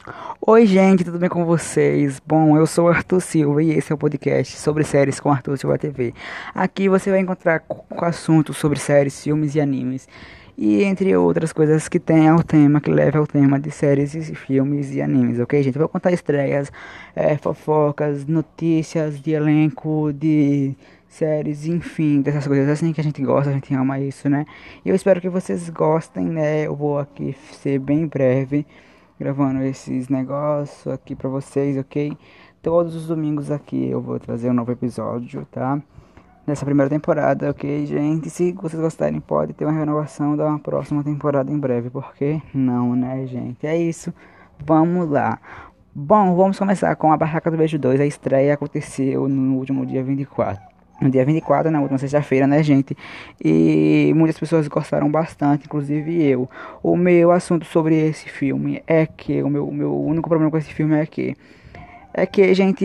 Oi, gente, tudo bem com vocês? Bom, eu sou o Arthur Silva e esse é o podcast sobre séries com Arthur Silva TV. Aqui você vai encontrar assuntos sobre séries, filmes e animes. E entre outras coisas que tem ao tema, que leva ao tema de séries e filmes e animes, ok, gente? Eu vou contar estreias, fofocas, notícias de elenco, de séries, enfim, dessas coisas assim que a gente gosta, a gente ama isso, né? E eu espero que vocês gostem, né? Eu vou aqui ser bem breve gravando esses negócios aqui pra vocês, ok? Todos os domingos aqui eu vou trazer um novo episódio, tá? Nessa primeira temporada, ok, gente? Se vocês gostarem, pode ter uma renovação da próxima temporada em breve, porque não, né, gente? É isso, vamos lá. Bom, vamos começar com a Barraca do Beijo 2. A estreia aconteceu no último dia 24. No dia 24, na última sexta-feira, né, gente? E muitas pessoas gostaram bastante, inclusive eu. O meu assunto sobre esse filme é que o meu único problema com esse filme é que, gente,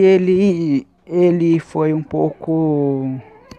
ele foi um pouco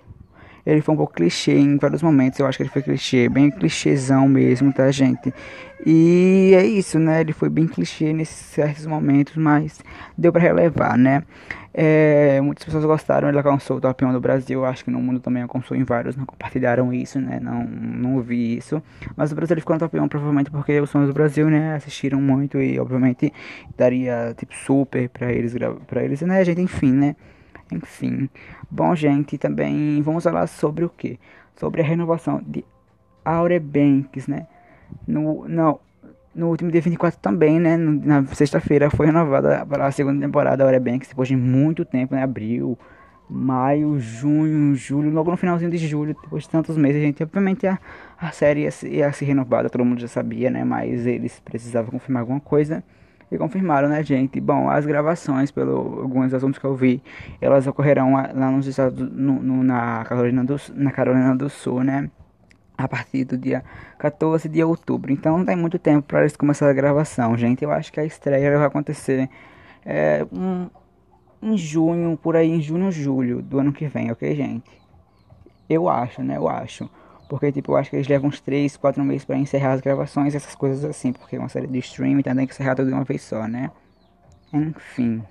clichê em vários momentos. Eu acho que ele foi clichê, bem clichêzão mesmo, tá, gente? E é isso, né? Ele foi bem clichê nesses certos momentos, mas deu pra relevar, né? Muitas pessoas gostaram, ele alcançou o top 1 do Brasil. Eu acho que no mundo também alcançou em vários, não compartilharam isso, né? Não vi isso. Mas no Brasil ele ficou no top 1 provavelmente porque os fãs do Brasil, né, assistiram muito e obviamente daria tipo super pra eles, né, gente? Enfim, né? Enfim. Bom, gente, também vamos falar sobre o quê? Sobre a renovação de Outer Banks, né? No, não, no último dia 24 também, né? Na sexta-feira foi renovada para a segunda temporada da Outer Banks, depois de muito tempo, né? Abril, maio, junho, julho, logo no finalzinho de julho, depois de tantos meses, gente. Obviamente a série ia se renovar, todo mundo já sabia, né? Mas eles precisavam confirmar alguma coisa. E confirmaram, né, gente? Bom, as gravações, pelo alguns assuntos que eu vi, elas ocorrerão lá nos Estados, na Carolina do Sul, né? A partir do dia 14 de outubro. Então não tem muito tempo para eles começarem a gravação, gente. Eu acho que a estreia vai acontecer é, um, em junho, por aí, em junho ou julho do ano que vem, ok, gente? Eu acho, né? Eu acho. Porque, tipo, eu acho que eles levam uns 3, 4 meses para encerrar as gravações, essas coisas assim. Porque é uma série de streaming, então tem que encerrar tudo de uma vez só, né? Enfim.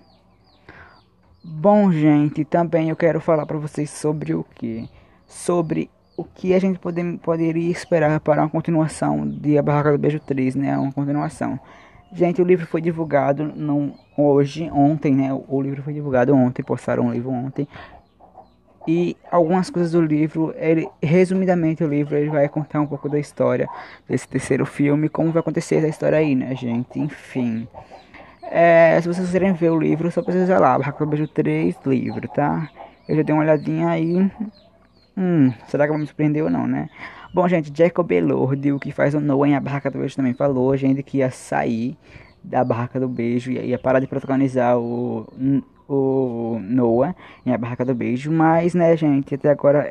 Bom, gente, também eu quero falar para vocês sobre o que? Sobre o que a gente poderia esperar para uma continuação de A Barraca do Beijo 3, né? Uma continuação. Gente, o livro foi divulgado ontem, né? O livro foi divulgado ontem, postaram o livro ontem. E algumas coisas do livro, resumidamente o livro, ele vai contar um pouco da história desse terceiro filme, como vai acontecer essa história aí, né, gente? Enfim. Se vocês quiserem ver o livro, só precisa ir lá, Barraca do Beijo 3, livro, tá? Eu já dei uma olhadinha aí. Será que vai me surpreender ou não, né? Bom, gente, Jacob Elordi, o que faz o Noah em A Barraca do Beijo também falou, gente, que ia sair da Barraca do Beijo, ia parar de protagonizar o Noah em A Barraca do Beijo, mas, né, gente, até agora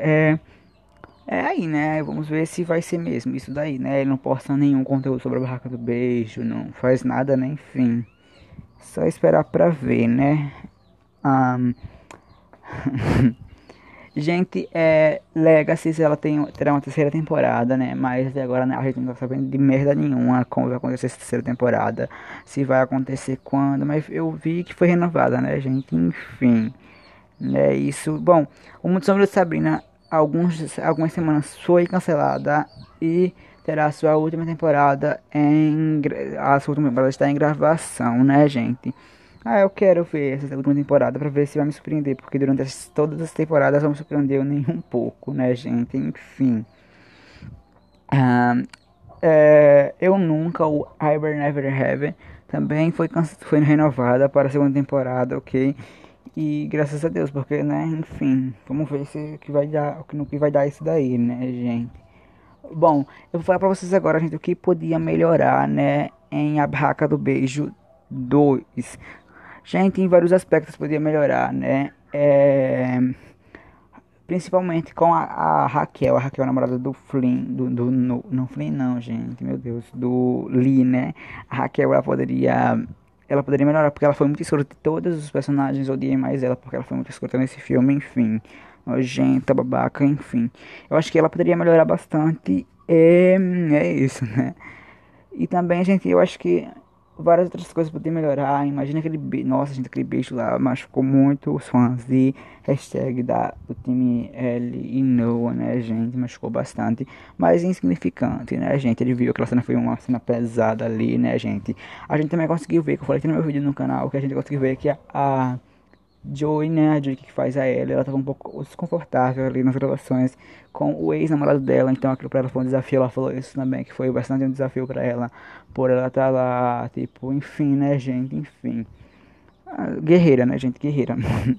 é aí, né? Vamos ver se vai ser mesmo isso daí, né? Ele não posta nenhum conteúdo sobre a Barraca do Beijo, não faz nada, né? Enfim. Só esperar pra ver, né? Ahn, Gente, Legacy, ela terá uma terceira temporada, né? Mas até agora, né, a gente não tá sabendo de merda nenhuma como vai acontecer essa terceira temporada. Se vai acontecer quando. Mas eu vi que foi renovada, né, gente? Enfim. É isso. Bom, o Mundo Sombrio de Sabrina, algumas semanas foi cancelada e terá sua última temporada a sua última temporada está em gravação, né, gente? Eu quero ver essa última temporada pra ver se vai me surpreender, porque durante todas as temporadas não me surpreendeu nem um pouco, né, gente? Enfim. Ah, eu Nunca, o I Will Never Have, também foi renovada para a segunda temporada, ok? E graças a Deus, porque, né, enfim, vamos ver se que vai dar, no que vai dar isso daí, né, gente? Bom, eu vou falar pra vocês agora, gente, o que podia melhorar, né, em A Barraca do Beijo 2. Gente, em vários aspectos podia melhorar, né? Principalmente com a Raquel, a namorada do Flynn, não Flynn não, gente, meu Deus, do Lee, né? A Raquel, ela poderia melhorar porque ela foi muito escrota. Todos os personagens odiam mais ela porque ela foi muito escrota nesse filme, enfim, nojenta, babaca, enfim. Eu acho que ela poderia melhorar bastante. É isso, né? E também, gente, eu acho que várias outras coisas podiam melhorar. Imagina aquele beijo. Nossa, gente, aquele beijo lá machucou muito os fãs. E hashtag do time L e Noah, né, gente? Machucou bastante. Mas insignificante, né, gente? Ele viu que aquela cena foi uma cena pesada ali, né, gente? A gente também conseguiu ver, que eu falei aqui no meu vídeo no canal, que a gente conseguiu ver que a Joey, né, a Joey que faz a Ellie, ela tava um pouco desconfortável ali nas relações com o ex-namorado dela, então aquilo pra ela foi um desafio, ela falou isso também, que foi bastante um desafio pra ela, por ela estar lá, tipo, enfim, né, gente, enfim. Guerreira, né, gente, guerreira.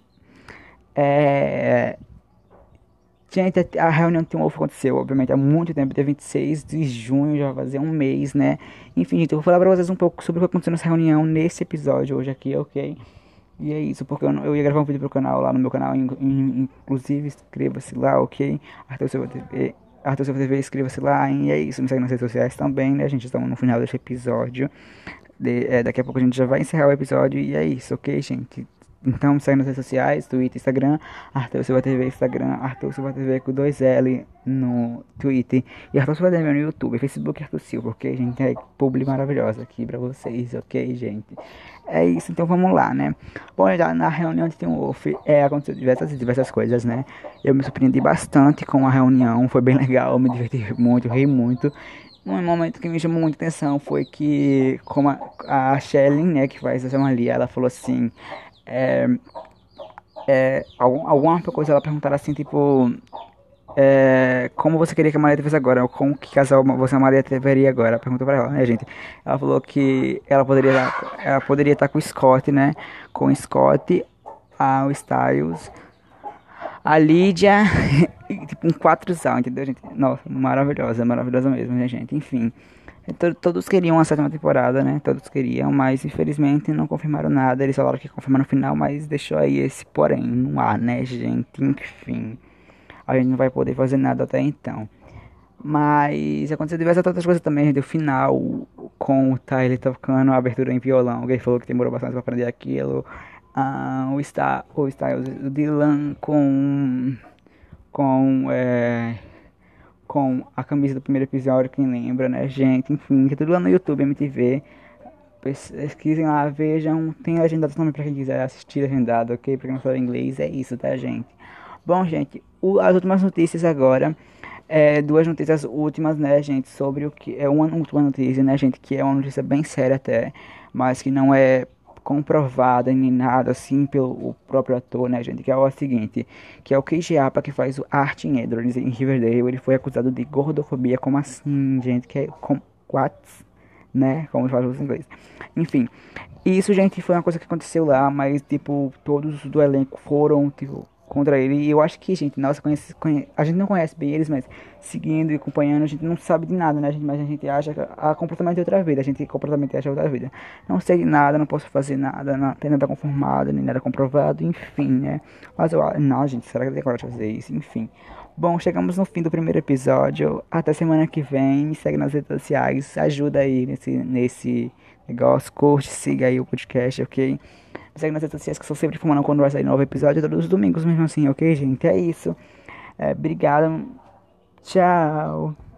é... Gente, a reunião de Teen Wolf aconteceu, obviamente, há muito tempo, dia 26 de junho, já vai fazer um mês, né. Enfim, gente, eu vou falar pra vocês um pouco sobre o que aconteceu nessa reunião, nesse episódio hoje aqui, ok? E é isso, porque eu ia gravar um vídeo pro canal, lá no meu canal, inclusive inscreva-se lá, ok? Arthur Silva TV, Arthur Silva TV, inscreva-se lá, e é isso, me segue nas redes sociais também, né, gente? Estamos no final deste episódio, daqui a pouco a gente já vai encerrar o episódio, e é isso, ok, gente? Então me segue nas redes sociais, Twitter, Instagram, Arthur Silva TV, Instagram, Arthur Silva TV com 2L no Twitter, e Arthur Silva TV no YouTube, Facebook Arthur Silva, ok, gente? É publi maravilhosa aqui pra vocês, ok, gente? É isso, então vamos lá, né? Bom, já na reunião de Teen Wolf aconteceu diversas coisas, né? Eu me surpreendi bastante com a reunião, foi bem legal, me diverti muito, ri muito. Um momento que me chamou muita atenção foi que, como a Shelley, né, que faz a Jamali, ela falou assim, alguma coisa, ela perguntaram assim, tipo, como você queria que a Maria tivesse agora? Ou como que casal você e a Maria teria agora? Perguntou pra ela, né, gente? Ela falou que ela poderia estar com o Scott, né? Com o Scott, o Styles, a Lídia, e, tipo um quatrozão, entendeu, gente? Nossa, maravilhosa mesmo, né, gente? Enfim, todos queriam a sétima temporada, né? Todos queriam, mas infelizmente não confirmaram nada. Eles falaram que confirmaram no final, mas deixou aí esse porém no ar, né, gente? Enfim, a gente não vai poder fazer nada até então. Mas aconteceu diversas outras coisas também, gente. O final com o Tyler tocando a abertura em violão, que ele falou que demorou bastante pra aprender aquilo. O Styles, o Dylan com, é, com a camisa do primeiro episódio, quem lembra, né, gente? Enfim, que é tudo lá no YouTube, MTV. Pesquisem lá, vejam. Tem legendado também pra quem quiser assistir legendado, ok? Pra quem não sabe inglês, é isso, tá, gente? Bom, gente, as últimas notícias agora. Duas notícias últimas, né, gente? Sobre o que. É uma última notícia, né, gente? Que é uma notícia bem séria até. Mas que não é comprovada nem nada assim pelo próprio ator, né, gente? Que é o seguinte: que é o Keiji Apa que faz o Artin Edwards em Riverdale. Ele foi acusado de gordofobia. Como assim, gente? Que é. What? Né? Como fala os inglês. Enfim. Isso, gente, foi uma coisa que aconteceu lá, mas, tipo, todos do elenco foram, tipo, contra ele. E eu acho que, gente, nossa, a gente não conhece bem eles, mas seguindo e acompanhando, a gente não sabe de nada, né, gente? Mas a gente acha que comportamento é outra vida, a gente completamente acha outra vida. Não sei de nada, não posso fazer nada, não tem nada conformado, nem nada comprovado, enfim, né? Mas eu acho, não, gente, será que tem coragem de fazer isso? Enfim. Bom, chegamos no fim do primeiro episódio. Até semana que vem. Me segue nas redes sociais. Ajuda aí nesse negócio. Curte, siga aí o podcast, ok? Me segue nas redes sociais que eu estou sempre informando quando vai sair novo episódio. Todos os domingos mesmo assim, ok, gente? É isso. Obrigado. Tchau.